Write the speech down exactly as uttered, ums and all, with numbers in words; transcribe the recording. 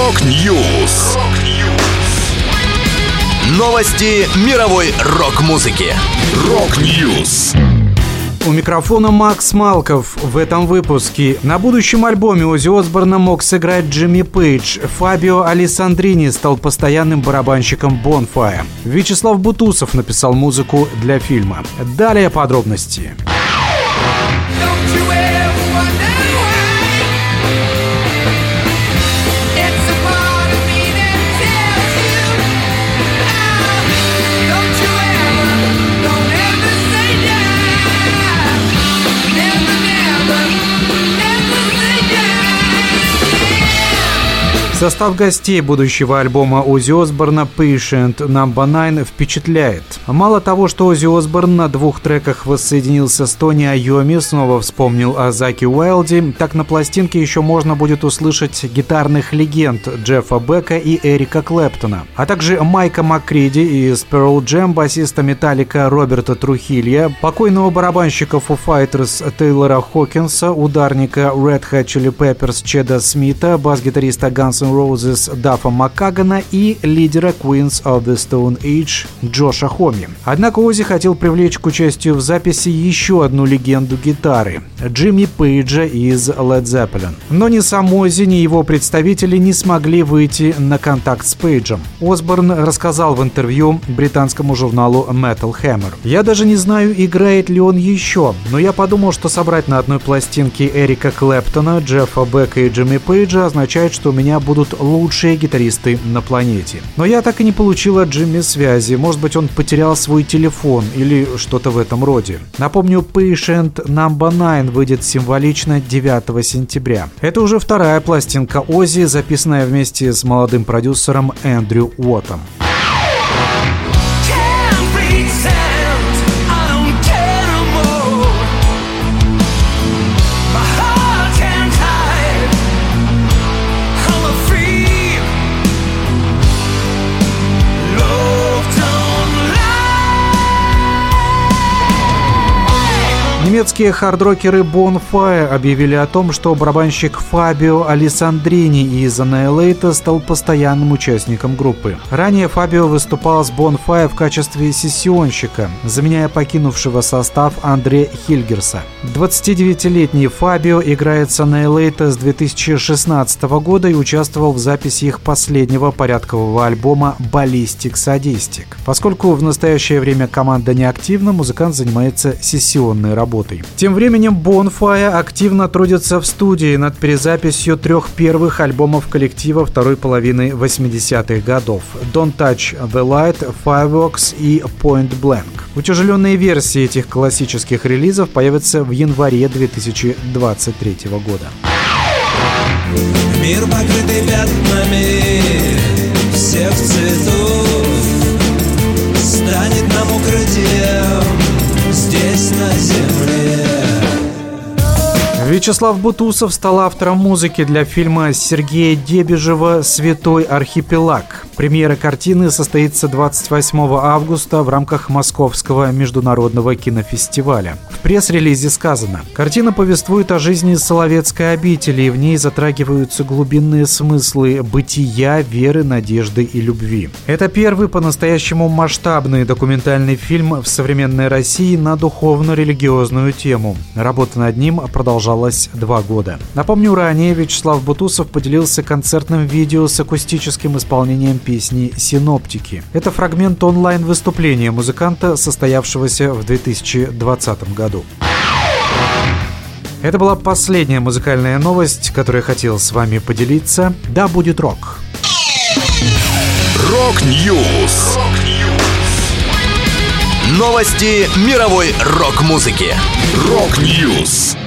Рок-Ньюс. Новости мировой рок-музыки. Рок-Ньюс. У микрофона Макс Малков. В этом выпуске: на будущем альбоме Оззи Осборна мог сыграть Джимми Пейдж. Фабио Алессандрини стал постоянным барабанщиком Bonfire. Вячеслав Бутусов написал музыку для фильма. Далее подробности. Состав гостей будущего альбома Оззи Осборна Patient номер девять впечатляет. Мало того, что Оззи Осборн на двух треках воссоединился с Тони Айоми, снова вспомнил о Заке Уайлде, так на пластинке еще можно будет услышать гитарных легенд Джеффа Бека и Эрика Клэптона, а также Майка Маккриди из Pearl Jam, басиста Металлика Роберта Трухилья, покойного барабанщика Foo Fighters Тейлора Хокинса, ударника Red Hot Chili Peppers Чеда Смита, бас-гитариста Guns N' Roses Даффа Маккагана и лидера Queens of the Stone Age Джоша Хоми. Однако Оззи хотел привлечь к участию в записи еще одну легенду гитары – Джимми Пейджа из Led Zeppelin. Но ни сам Оззи, ни его представители не смогли выйти на контакт с Пейджем. Осборн рассказал в интервью британскому журналу Metal Hammer: «Я даже не знаю, играет ли он еще, но я подумал, что собрать на одной пластинке Эрика Клэптона, Джеффа Бека и Джимми Пейджа означает, что у меня будут лучшие гитаристы на планете. Но я так и не получил от Джимми связи. Может быть, он потерял свой телефон или что-то в этом роде». Напомню, Patient номер девять выйдет символично девятого сентября. Это уже вторая пластинка Оззи, записанная вместе с молодым продюсером Эндрю Уоттом. Немецкие хардрокеры Bonfire объявили о том, что барабанщик Фабио Алессандрини из Annihilator стал постоянным участником группы. Ранее Фабио выступал с Bonfire в качестве сессионщика, заменяя покинувшего состав Андре Хильгерса. двадцатидевятилетний Фабио играет с Annihilator с две тысячи шестнадцатого года и участвовал в записи их последнего порядкового альбома Ballistic Sadistic. Поскольку в настоящее время команда не активна, музыкант занимается сессионной работой. Тем временем Bonfire активно трудятся в студии над перезаписью трех первых альбомов коллектива второй половины восьмидесятых годов – Don't Touch the Light, Fireworks и Point Blank. Утяжеленные версии этих классических релизов появятся в январе две тысячи двадцать третьего года. Мир, покрытый пятнами всех цветов, станет нам укрытием здесь на земле. Вячеслав Бутусов стал автором музыки для фильма Сергея Дебежева «Святой архипелаг». Премьера картины состоится двадцать восьмого августа в рамках Московского международного кинофестиваля. В пресс-релизе сказано: «Картина повествует о жизни Соловецкой обители, и в ней затрагиваются глубинные смыслы бытия, веры, надежды и любви». Это первый по-настоящему масштабный документальный фильм в современной России на духовно-религиозную тему. Работа над ним продолжалась два года. Напомню, ранее Вячеслав Бутусов поделился концертным видео с акустическим исполнением песни «Синоптики». Это фрагмент онлайн-выступления музыканта, состоявшегося в две тысячи двадцатом году. Это была последняя музыкальная новость, которую я хотел с вами поделиться. Да будет рок! Рок-Ньюс. Новости мировой рок-музыки. Рок-Ньюс.